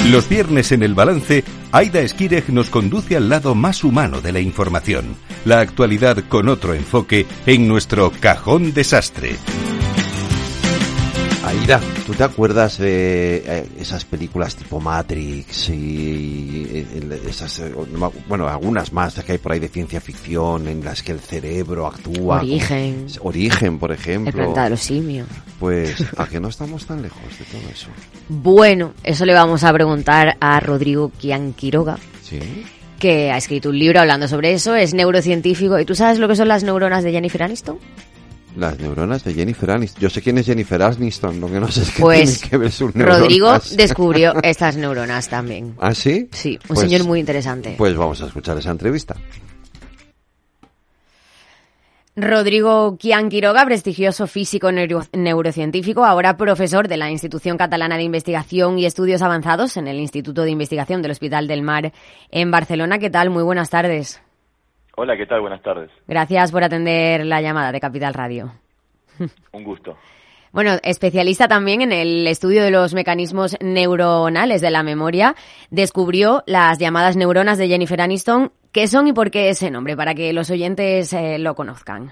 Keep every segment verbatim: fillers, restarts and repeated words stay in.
Los viernes en El Balance, Aida Esquireg nos conduce al lado más humano de la información, la actualidad con otro enfoque en nuestro Cajón Desastre. Aida, ¿tú te acuerdas de eh, esas películas tipo Matrix y, y, y esas, eh, bueno, algunas más que hay por ahí de ciencia ficción en las que el cerebro actúa? Origen. Como, Origen, por ejemplo. El planeta de los simios. Pues, ¿a que no estamos tan lejos de todo eso? Bueno, eso le vamos a preguntar a Rodrigo Quian-Quiroga. ¿Sí? Que ha escrito un libro hablando sobre eso, es neurocientífico. ¿Y tú sabes lo que son las neuronas de Jennifer Aniston? Las neuronas de Jennifer Aniston. Yo sé quién es Jennifer Aniston, lo que no sé es que pues, tiene que ver sus neuronas. Rodrigo descubrió estas neuronas también. ¿Ah, sí? Sí, un pues, señor muy interesante. Pues vamos a escuchar esa entrevista. Rodrigo Quian-Quiroga, prestigioso físico neuro- neurocientífico, ahora profesor de la Institución Catalana de Investigación y Estudios Avanzados en el Instituto de Investigación del Hospital del Mar en Barcelona. ¿Qué tal? Muy buenas tardes. Hola, ¿qué tal? Buenas tardes. Gracias por atender la llamada de Capital Radio. Un gusto. Bueno, especialista también en el estudio de los mecanismos neuronales de la memoria, descubrió las llamadas neuronas de Jennifer Aniston. ¿Qué son y por qué ese nombre? Para que los oyentes eh, lo conozcan.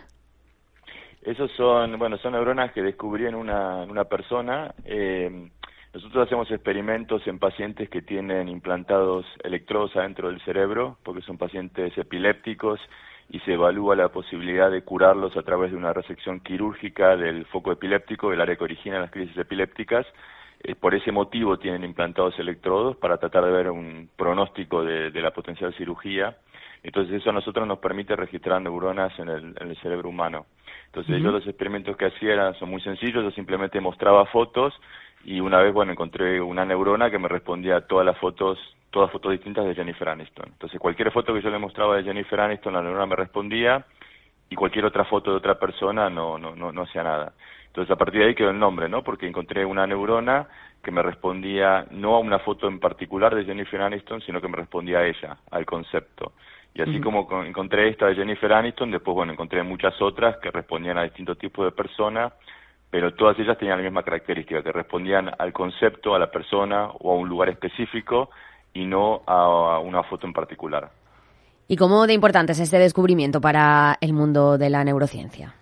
Esos son, bueno, son neuronas que descubrí en una, en una persona. Eh, nosotros hacemos experimentos en pacientes que tienen implantados electrodos adentro del cerebro, porque son pacientes epilépticos, y se evalúa la posibilidad de curarlos a través de una resección quirúrgica del foco epiléptico, del área que origina las crisis epilépticas. Eh, por ese motivo tienen implantados electrodos para tratar de ver un pronóstico de, de la potencial cirugía. Entonces eso a nosotros nos permite registrar neuronas en el, en el cerebro humano. Entonces uh-huh. yo los experimentos que hacía eran, son muy sencillos, yo simplemente mostraba fotos y una vez, bueno, encontré una neurona que me respondía a todas las fotos, todas fotos distintas de Jennifer Aniston. Entonces cualquier foto que yo le mostraba de Jennifer Aniston, la neurona me respondía, y cualquier otra foto de otra persona no, no, no, no hacía nada. Entonces a partir de ahí quedó el nombre, ¿no? Porque encontré una neurona que me respondía no a una foto en particular de Jennifer Aniston, sino que me respondía a ella, al concepto. Y así uh-huh. como encontré esta de Jennifer Aniston, después, bueno, encontré muchas otras que respondían a distintos tipos de personas, pero todas ellas tenían la misma característica, que respondían al concepto, a la persona o a un lugar específico y no a una foto en particular. ¿Y cómo de importante es este descubrimiento para el mundo de la neurociencia?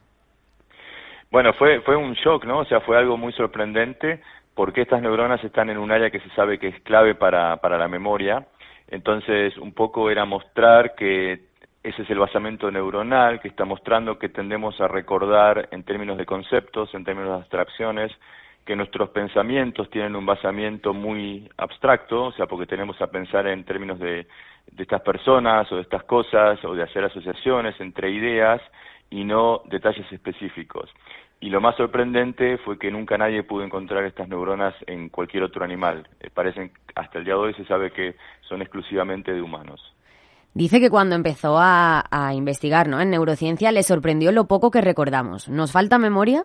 Bueno, fue fue un shock, ¿no? O sea, fue algo muy sorprendente porque estas neuronas están en un área que se sabe que es clave para, para la memoria. Entonces, un poco era mostrar que ese es el basamento neuronal que está mostrando que tendemos a recordar en términos de conceptos, en términos de abstracciones, que nuestros pensamientos tienen un basamiento muy abstracto, o sea, porque tenemos a pensar en términos de, de estas personas o de estas cosas o de hacer asociaciones entre ideas y no detalles específicos. Y lo más sorprendente fue que nunca nadie pudo encontrar estas neuronas en cualquier otro animal. Eh, parecen, hasta el día de hoy se sabe que son exclusivamente de humanos. Dice que cuando empezó a, a investigar, ¿no?, en neurociencia le sorprendió lo poco que recordamos. ¿Nos falta memoria?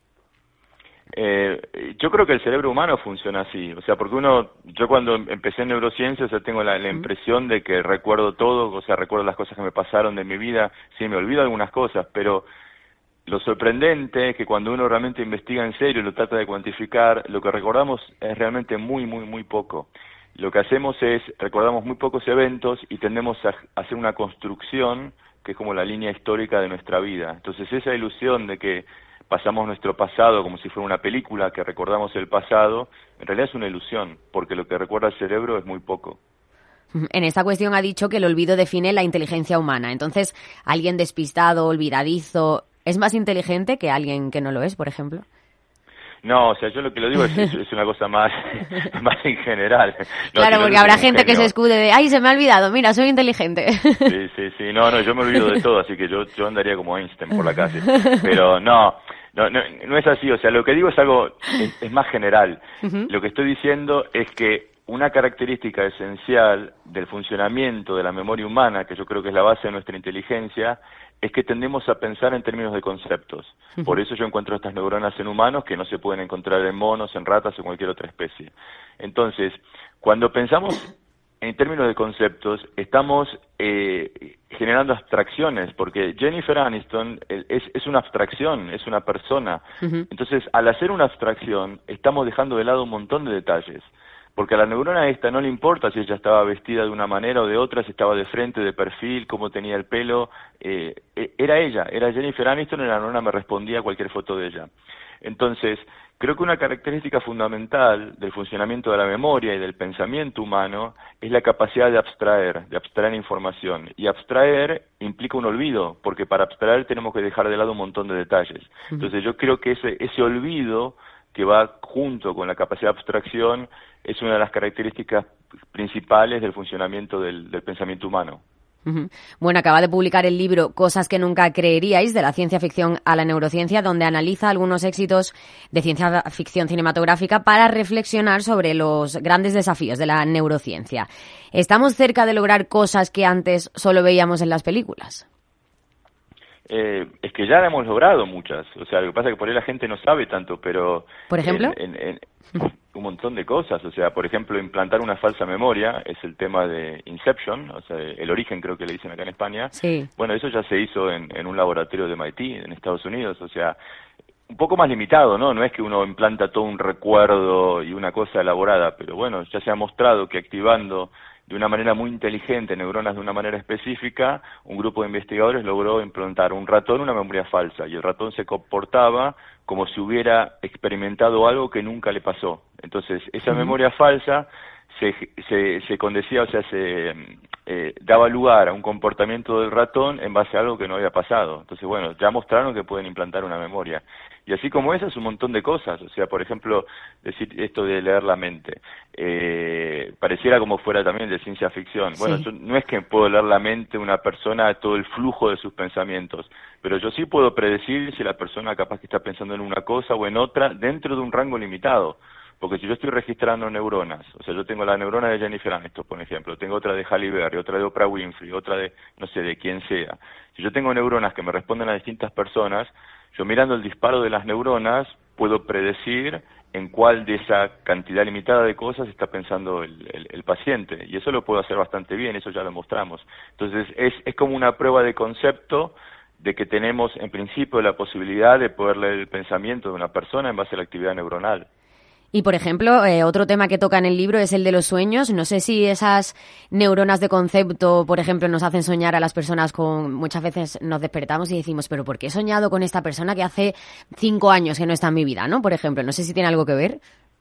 Eh, yo creo que el cerebro humano funciona así, o sea, porque uno, yo cuando empecé en neurociencia, o sea, tengo la, la impresión de que recuerdo todo, o sea, recuerdo las cosas que me pasaron de mi vida, sí, me olvido algunas cosas, pero lo sorprendente es que cuando uno realmente investiga en serio y lo trata de cuantificar, lo que recordamos es realmente muy, muy, muy poco. Lo que hacemos es, recordamos muy pocos eventos y tendemos a hacer una construcción que es como la línea histórica de nuestra vida. Entonces esa ilusión de que pasamos nuestro pasado como si fuera una película, que recordamos el pasado, en realidad es una ilusión, porque lo que recuerda el cerebro es muy poco. En esta cuestión ha dicho que el olvido define la inteligencia humana. Entonces, ¿alguien despistado, olvidadizo, es más inteligente que alguien que no lo es, por ejemplo? No, o sea, yo lo que lo digo es, es una cosa más, más en general. No, claro, si porque no, habrá un gente genio. que se escude de, ay, se me ha olvidado, mira, soy inteligente. Sí, sí, sí, no, no, yo me olvido de todo, así que yo, yo andaría como Einstein por la calle. Pero no, no, no, no es así, o sea, lo que digo es algo, es, es más general. Uh-huh. Lo que estoy diciendo es que una característica esencial del funcionamiento de la memoria humana, que yo creo que es la base de nuestra inteligencia, es que tendemos a pensar en términos de conceptos. Por eso yo encuentro estas neuronas en humanos que no se pueden encontrar en monos, en ratas o en cualquier otra especie. Entonces, cuando pensamos en términos de conceptos, estamos eh, generando abstracciones, porque Jennifer Aniston es, es una abstracción, es una persona. Uh-huh. Entonces, al hacer una abstracción, estamos dejando de lado un montón de detalles. porque a la neurona esta no le importa si ella estaba vestida de una manera o de otra, si estaba de frente, de perfil, cómo tenía el pelo, eh, era ella, era Jennifer Aniston y la neurona me respondía a cualquier foto de ella. Entonces, creo que una característica fundamental del funcionamiento de la memoria y del pensamiento humano es la capacidad de abstraer, de abstraer información. Y abstraer implica un olvido, porque para abstraer tenemos que dejar de lado un montón de detalles. Entonces yo creo que ese, ese olvido que va junto con la capacidad de abstracción es una de las características principales del funcionamiento del, del pensamiento humano. Bueno, acaba de publicar el libro Cosas que nunca creeríais, de la ciencia ficción a la neurociencia, donde analiza algunos éxitos de ciencia ficción cinematográfica para reflexionar sobre los grandes desafíos de la neurociencia. ¿Estamos cerca de lograr cosas que antes solo veíamos en las películas? Eh, es que ya hemos logrado muchas, o sea, lo que pasa es que por ahí la gente no sabe tanto, pero... ¿Por ejemplo? En, en, en, un montón de cosas, o sea, por ejemplo, implantar una falsa memoria es el tema de Inception, o sea, el origen creo que le dicen acá en España. Sí. Bueno, eso ya se hizo en, en un laboratorio de M I T en Estados Unidos, o sea, un poco más limitado, ¿no? No es que uno implanta todo un recuerdo y una cosa elaborada, pero bueno, ya se ha mostrado que activando de una manera muy inteligente neuronas de una manera específica, un grupo de investigadores logró implantar un ratón una memoria falsa, y el ratón se comportaba como si hubiera experimentado algo que nunca le pasó. Entonces, esa uh-huh. memoria falsa se, se, se condecía, o sea, se eh, daba lugar a un comportamiento del ratón en base a algo que no había pasado. Entonces, bueno, ya mostraron que pueden implantar una memoria. Y así como esas, un montón de cosas. O sea, por ejemplo, decir esto de leer la mente. Eh, pareciera como fuera también de ciencia ficción. Bueno, sí. Yo no es que puedo leer la mente de una persona, todo el flujo de sus pensamientos, pero yo sí puedo predecir si la persona capaz que está pensando en una cosa o en otra dentro de un rango limitado. Porque si yo estoy registrando neuronas, o sea, yo tengo la neurona de Jennifer Aniston, por ejemplo, tengo otra de Halle Berry, otra de Oprah Winfrey, otra de, no sé, de quien sea. Si yo tengo neuronas que me responden a distintas personas, yo mirando el disparo de las neuronas puedo predecir en cuál de esa cantidad limitada de cosas está pensando el, el, el paciente. Y eso lo puedo hacer bastante bien, eso ya lo mostramos. Entonces, es, es como una prueba de concepto de que tenemos, en principio, la posibilidad de poder leer el pensamiento de una persona en base a la actividad neuronal. Y, por ejemplo, eh, otro tema que toca en el libro es el de los sueños. No sé si esas neuronas de concepto, por ejemplo, nos hacen soñar a las personas con... Muchas veces nos despertamos y decimos, pero ¿por qué he soñado con esta persona que hace cinco años que no está en mi vida, ¿no? Por ejemplo, no sé si tiene algo que ver.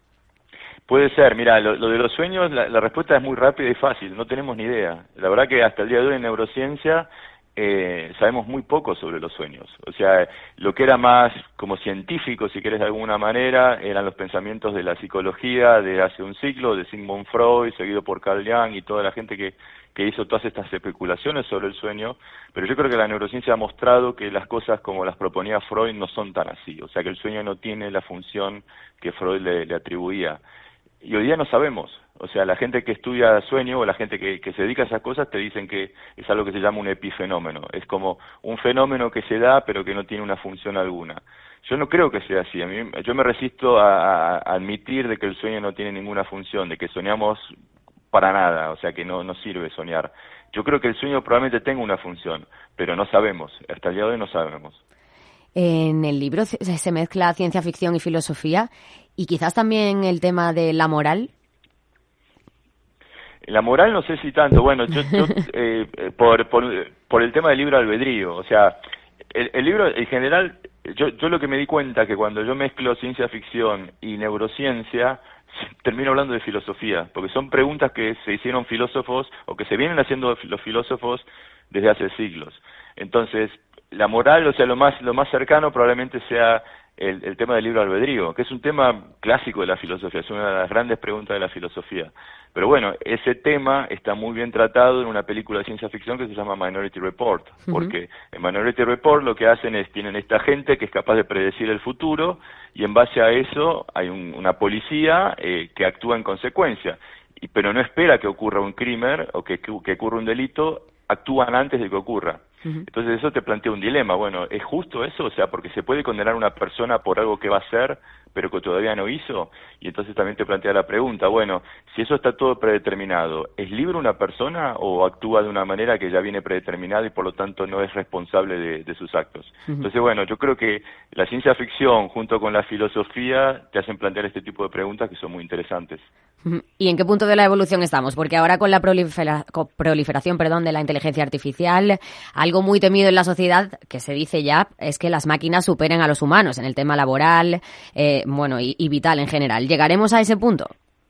Puede ser. Mira, lo, lo de los sueños, la, la respuesta es muy rápida y fácil. No tenemos ni idea. La verdad que hasta el día de hoy en neurociencia... Eh, sabemos muy poco sobre los sueños. O sea, lo que era más como científico, si querés de alguna manera, eran los pensamientos de la psicología de hace un siglo, de Sigmund Freud, seguido por Carl Jung y toda la gente que, que hizo todas estas especulaciones sobre el sueño. Pero yo creo que la neurociencia ha mostrado que las cosas como las proponía Freud no son tan así. O sea, que el sueño no tiene la función que Freud le, le atribuía. Y hoy día no sabemos. O sea, la gente que estudia sueño o la gente que, que se dedica a esas cosas te dicen que es algo que se llama un epifenómeno. Es como un fenómeno que se da pero que no tiene una función alguna. Yo no creo que sea así. A mí, yo me resisto a, a admitir de que el sueño no tiene ninguna función, de que soñamos para nada, o sea, que no, no sirve soñar. Yo creo que el sueño probablemente tenga una función, pero no sabemos. Hasta el día de hoy no sabemos. En el libro se mezcla ciencia ficción y filosofía y quizás también el tema de la moral. La moral no sé si tanto, bueno, yo, yo eh, por, por, por el tema del libre albedrío, o sea, el, el libro en general, yo, yo lo que me di cuenta que cuando yo mezclo ciencia ficción y neurociencia, termino hablando de filosofía, porque son preguntas que se hicieron filósofos o que se vienen haciendo los filósofos desde hace siglos. Entonces, la moral, o sea, lo más, lo más cercano probablemente sea el, el tema del libre albedrío, que es un tema clásico de la filosofía, es una de las grandes preguntas de la filosofía. Pero bueno, ese tema está muy bien tratado en una película de ciencia ficción que se llama Minority Report, uh-huh. Porque en Minority Report lo que hacen es, tienen esta gente que es capaz de predecir el futuro, y en base a eso hay un, una policía eh, que actúa en consecuencia, y, pero no espera que ocurra un crimen o que, que, que ocurra un delito, actúan antes de que ocurra. Uh-huh. Entonces eso te plantea un dilema. Bueno, ¿es justo eso? O sea, porque se puede condenar a una persona por algo que va a hacer, pero que todavía no hizo. Y entonces también te plantea la pregunta, bueno, si eso está todo predeterminado, ¿es libre una persona o actúa de una manera que ya viene predeterminada y por lo tanto no es responsable de, de sus actos? Uh-huh. Entonces, bueno, yo creo que la ciencia ficción junto con la filosofía te hacen plantear este tipo de preguntas que son muy interesantes. ¿Y en qué punto de la evolución estamos? Porque ahora con la prolifera, con proliferación perdón, de la inteligencia artificial, algo muy temido en la sociedad, que se dice ya, es que las máquinas superen a los humanos en el tema laboral, eh, bueno, y, y vital en general. ¿Llegaremos a ese punto?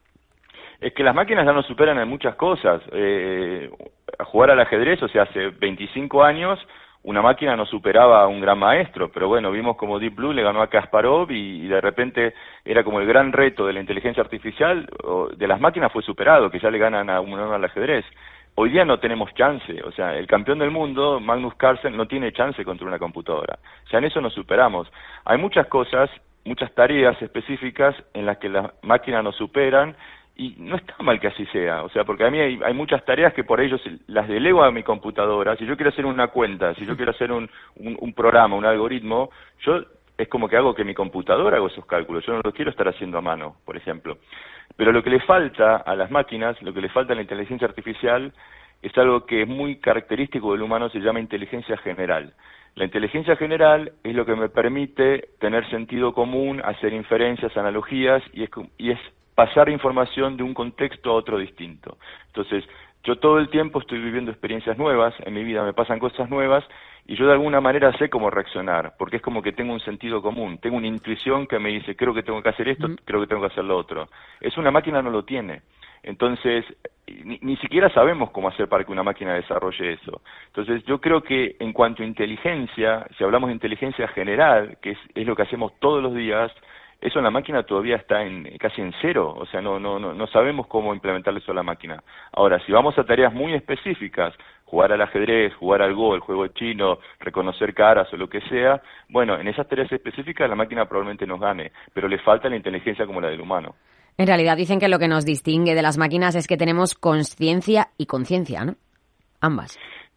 Es que las máquinas ya nos superan en muchas cosas. Eh, a jugar al ajedrez, o sea, hace veinticinco años... una máquina no superaba a un gran maestro, pero bueno, vimos como Deep Blue le ganó a Kasparov y, y de repente era como el gran reto de la inteligencia artificial, o de las máquinas fue superado, que ya le ganan a un humano al ajedrez. Hoy día no tenemos chance, o sea, el campeón del mundo, Magnus Carlsen, no tiene chance contra una computadora. Ya en eso nos superamos. Hay muchas cosas, muchas tareas específicas en las que las máquinas nos superan. Y no está mal que así sea, o sea, porque a mí hay, hay muchas tareas que por ellos las delego a mi computadora. Si yo quiero hacer una cuenta, si yo quiero hacer un, un, un programa, un algoritmo, yo es como que hago que mi computadora haga esos cálculos, yo no los quiero estar haciendo a mano, por ejemplo. Pero lo que le falta a las máquinas, lo que le falta a la inteligencia artificial, es algo que es muy característico del humano, se llama inteligencia general. La inteligencia general es lo que me permite tener sentido común, hacer inferencias, analogías, y es, y es pasar información de un contexto a otro distinto. Entonces, yo todo el tiempo estoy viviendo experiencias nuevas, en mi vida me pasan cosas nuevas, y yo de alguna manera sé cómo reaccionar, porque es como que tengo un sentido común, tengo una intuición que me dice, creo que tengo que hacer esto, mm. creo que tengo que hacer lo otro. Es una máquina no lo tiene. Entonces, ni, ni siquiera sabemos cómo hacer para que una máquina desarrolle eso. Entonces, yo creo que en cuanto a inteligencia, si hablamos de inteligencia general, que es, es lo que hacemos todos los días, eso en la máquina todavía está en casi en cero, o sea, no no no no sabemos cómo implementarle eso a la máquina. Ahora, si vamos a tareas muy específicas, jugar al ajedrez, jugar al Go, el juego chino, reconocer caras o lo que sea, bueno, en esas tareas específicas la máquina probablemente nos gane, pero le falta la inteligencia como la del humano. En realidad dicen que lo que nos distingue de las máquinas es que tenemos consciencia y conciencia, ¿no? Ambas.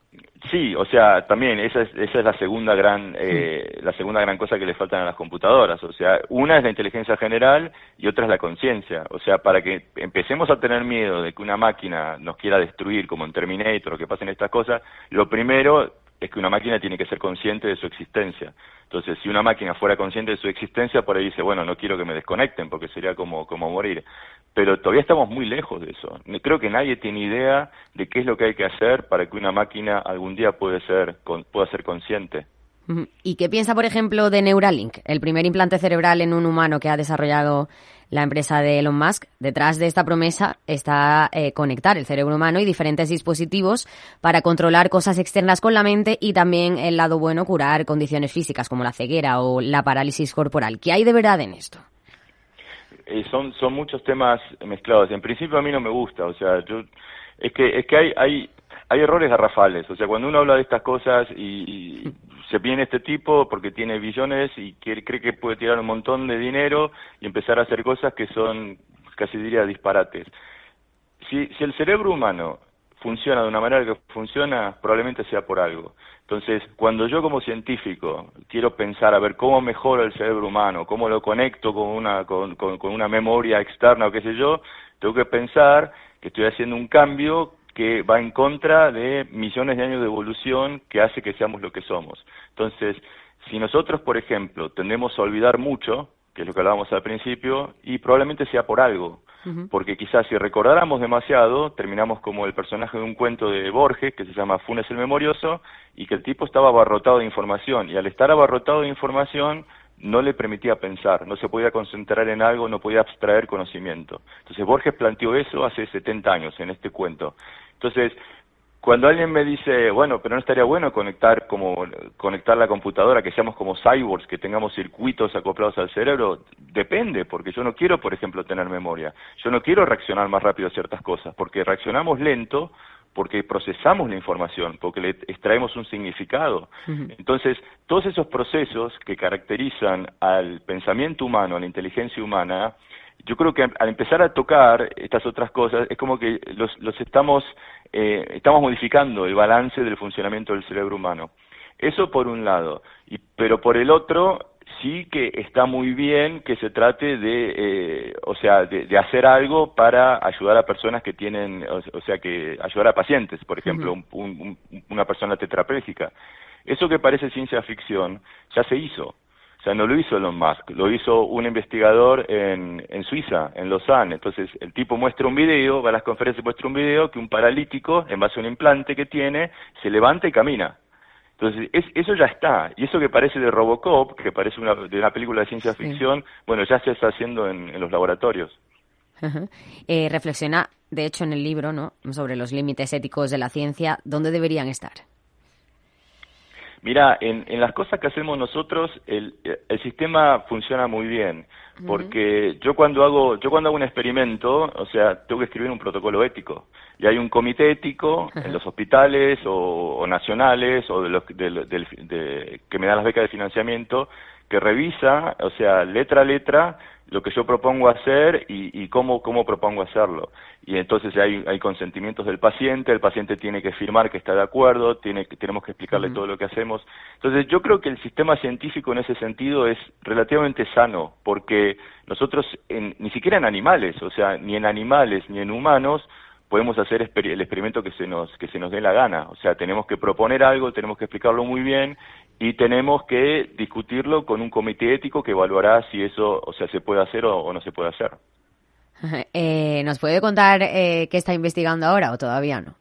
Sí, o sea, también esa es, esa es la segunda gran eh, la segunda gran cosa que le faltan a las computadoras. O sea, una es la inteligencia general y otra es la conciencia. O sea, para que empecemos a tener miedo de que una máquina nos quiera destruir, como en Terminator o que pasen estas cosas, lo primero es que una máquina tiene que ser consciente de su existencia. Entonces, si una máquina fuera consciente de su existencia, por ahí dice, bueno, no quiero que me desconecten porque sería como, como morir. Pero todavía estamos muy lejos de eso. Creo que nadie tiene idea de qué es lo que hay que hacer para que una máquina algún día puede ser, pueda ser consciente. ¿Y qué piensa, por ejemplo, de Neuralink, el primer implante cerebral en un humano que ha desarrollado la empresa de Elon Musk? Detrás de esta promesa está eh, conectar el cerebro humano y diferentes dispositivos para controlar cosas externas con la mente y también, el lado bueno, curar condiciones físicas como la ceguera o la parálisis corporal. ¿Qué hay de verdad en esto? Eh, son son muchos temas mezclados. En principio a mí no me gusta, o sea, yo es que es que hay hay hay errores garrafales. O sea, cuando uno habla de estas cosas y, y se viene este tipo porque tiene billones y quiere, cree que puede tirar un montón de dinero y empezar a hacer cosas que son, casi diría, disparates. Si si el cerebro humano funciona de una manera que funciona, probablemente sea por algo. Entonces, cuando yo como científico quiero pensar a ver cómo mejoro el cerebro humano, cómo lo conecto con una con, con, con una memoria externa o qué sé yo, tengo que pensar que estoy haciendo un cambio que va en contra de millones de años de evolución que hace que seamos lo que somos. Entonces, si nosotros, por ejemplo, tendemos a olvidar mucho, que es lo que hablábamos al principio, y probablemente sea por algo. Porque quizás si recordáramos demasiado, terminamos como el personaje de un cuento de Borges, que se llama Funes el Memorioso, y que el tipo estaba abarrotado de información, y al estar abarrotado de información, no le permitía pensar, no se podía concentrar en algo, no podía abstraer conocimiento. Entonces Borges planteó eso hace setenta años, en este cuento. Entonces, cuando alguien me dice, bueno, pero no estaría bueno conectar como conectar la computadora, que seamos como cyborgs, que tengamos circuitos acoplados al cerebro, depende, porque yo no quiero, por ejemplo, tener memoria. Yo no quiero reaccionar más rápido a ciertas cosas, porque reaccionamos lento, porque procesamos la información, porque le extraemos un significado. Uh-huh. Entonces, todos esos procesos que caracterizan al pensamiento humano, a la inteligencia humana, yo creo que al empezar a tocar estas otras cosas, es como que los, los estamos, eh, estamos modificando el balance del funcionamiento del cerebro humano. Eso por un lado, y, pero por el otro, sí que está muy bien que se trate de, eh, o sea, de, de hacer algo para ayudar a personas que tienen, o, o sea, que ayudar a pacientes, por ejemplo, uh-huh. un, un, una persona tetrapléjica. Eso que parece ciencia ficción ya se hizo. sea, no lo hizo Elon Musk, lo hizo un investigador en, en Suiza, en Lausanne. Entonces, el tipo muestra un video, va a las conferencias y muestra un video que un paralítico, en base a un implante que tiene, se levanta y camina. Entonces, es, eso ya está. Y eso que parece de Robocop, que parece una, de una película de ciencia ficción, sí. bueno, ya se está haciendo en, en los laboratorios. Uh-huh. Eh, reflexiona, de hecho, en el libro, ¿no?, sobre los límites éticos de la ciencia. ¿Dónde deberían estar? Mira, en, en las cosas que hacemos nosotros, el, el sistema funciona muy bien, porque uh-huh. yo cuando hago yo cuando hago un experimento, o sea, tengo que escribir un protocolo ético, y hay un comité ético uh-huh. en los hospitales o, o nacionales o de los de, de, de, de, que me dan las becas de financiamiento, que revisa, o sea, letra a letra, lo que yo propongo hacer y, y cómo, cómo propongo hacerlo. Y entonces hay, hay consentimientos del paciente, el paciente tiene que firmar que está de acuerdo, tiene, tenemos que explicarle uh-huh. todo lo que hacemos. Entonces yo creo que el sistema científico en ese sentido es relativamente sano, porque nosotros en, ni siquiera en animales, o sea, ni en animales ni en humanos, podemos hacer exper- el experimento que se nos que se nos dé la gana. O sea, tenemos que proponer algo, tenemos que explicarlo muy bien y tenemos que discutirlo con un comité ético que evaluará si eso, o sea, se puede hacer o, o no se puede hacer. Eh, ¿Nos puede contar eh, qué está investigando ahora o todavía no?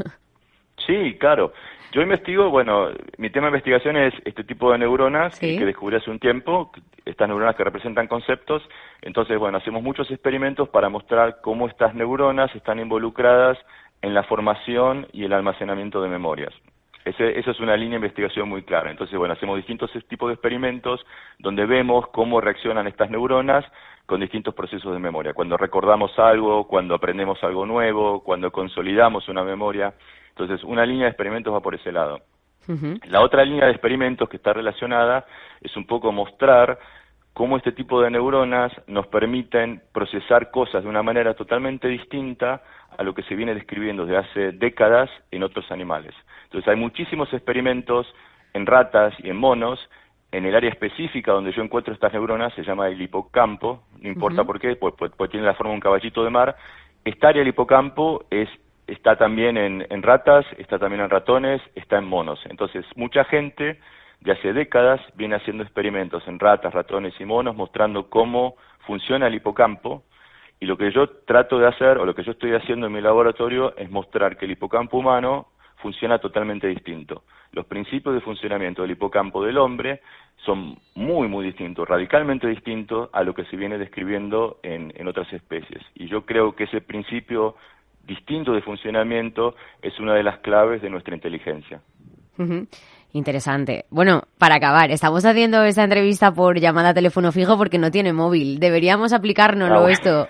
Sí, claro. Yo investigo, bueno, mi tema de investigación es este tipo de neuronas ¿Sí? que descubrí hace un tiempo, estas neuronas que representan conceptos. Entonces, bueno, hacemos muchos experimentos para mostrar cómo estas neuronas están involucradas en la formación y el almacenamiento de memorias. Ese, esa es una línea de investigación muy clara. Entonces, bueno, hacemos distintos tipos de experimentos donde vemos cómo reaccionan estas neuronas con distintos procesos de memoria. Cuando recordamos algo, cuando aprendemos algo nuevo, cuando consolidamos una memoria. Entonces, una línea de experimentos va por ese lado. Uh-huh. La otra línea de experimentos que está relacionada es un poco mostrar cómo este tipo de neuronas nos permiten procesar cosas de una manera totalmente distinta a lo que se viene describiendo desde hace décadas en otros animales. Entonces, hay muchísimos experimentos en ratas y en monos. En el área específica donde yo encuentro estas neuronas se llama el hipocampo, no importa uh-huh. por qué, pues, pues, pues tiene la forma de un caballito de mar. Esta área del hipocampo es está también en, en ratas, está también en ratones, está en monos. Entonces, mucha gente de hace décadas viene haciendo experimentos en ratas, ratones y monos mostrando cómo funciona el hipocampo, y lo que yo trato de hacer, o lo que yo estoy haciendo en mi laboratorio, es mostrar que el hipocampo humano funciona totalmente distinto. Los principios de funcionamiento del hipocampo del hombre son muy, muy distintos, radicalmente distintos a lo que se viene describiendo en, en otras especies. Y yo creo que ese principio distinto de funcionamiento es una de las claves de nuestra inteligencia. Uh-huh. Interesante. Bueno, para acabar, estamos haciendo esta entrevista por llamada a teléfono fijo porque no tiene móvil. Deberíamos aplicárnoslo ah, bueno. esto.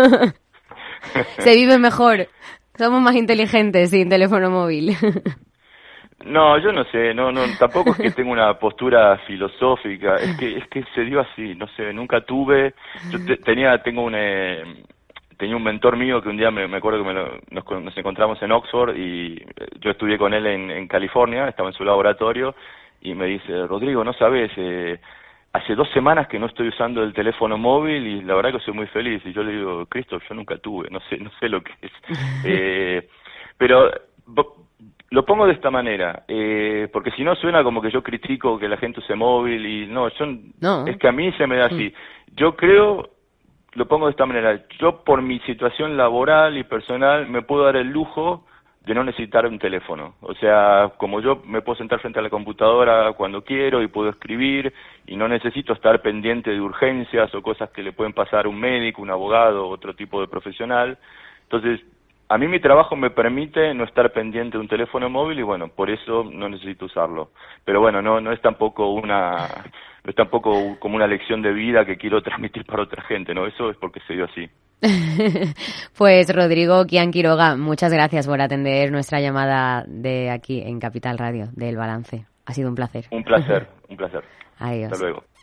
Se vive mejor. Somos más inteligentes sin teléfono móvil. No, yo no sé, no, no, tampoco es que tenga una postura filosófica, es que, es que se dio así, no sé, nunca tuve, yo te, tenía, tengo un, eh, tenía un mentor mío que un día me, me acuerdo que me lo, nos, nos encontramos en Oxford y yo estudié con él en, en California, estaba en su laboratorio y me dice, Rodrigo, no sabes, eh, hace dos semanas que no estoy usando el teléfono móvil y la verdad que soy muy feliz. Y yo le digo, Cristo, yo nunca tuve, no sé, no sé lo que es. eh, pero lo pongo de esta manera, eh, porque si no suena como que yo critico que la gente use móvil y no, yo no. Es que a mí se me da así. Yo creo, lo pongo de esta manera, yo por mi situación laboral y personal me puedo dar el lujo de no necesitar un teléfono. O sea, como yo me puedo sentar frente a la computadora cuando quiero y puedo escribir y no necesito estar pendiente de urgencias o cosas que le pueden pasar a un médico, un abogado, otro tipo de profesional. Entonces, a mí mi trabajo me permite no estar pendiente de un teléfono móvil y bueno, por eso no necesito usarlo. Pero bueno, no no es tampoco una no es tampoco como una lección de vida que quiero transmitir para otra gente, ¿no? Eso es porque se dio así. Pues Rodrigo Kian Quiroga, muchas gracias por atender nuestra llamada de aquí en Capital Radio, del Balance. Ha sido un placer. Un placer, un placer. Adiós. Hasta luego.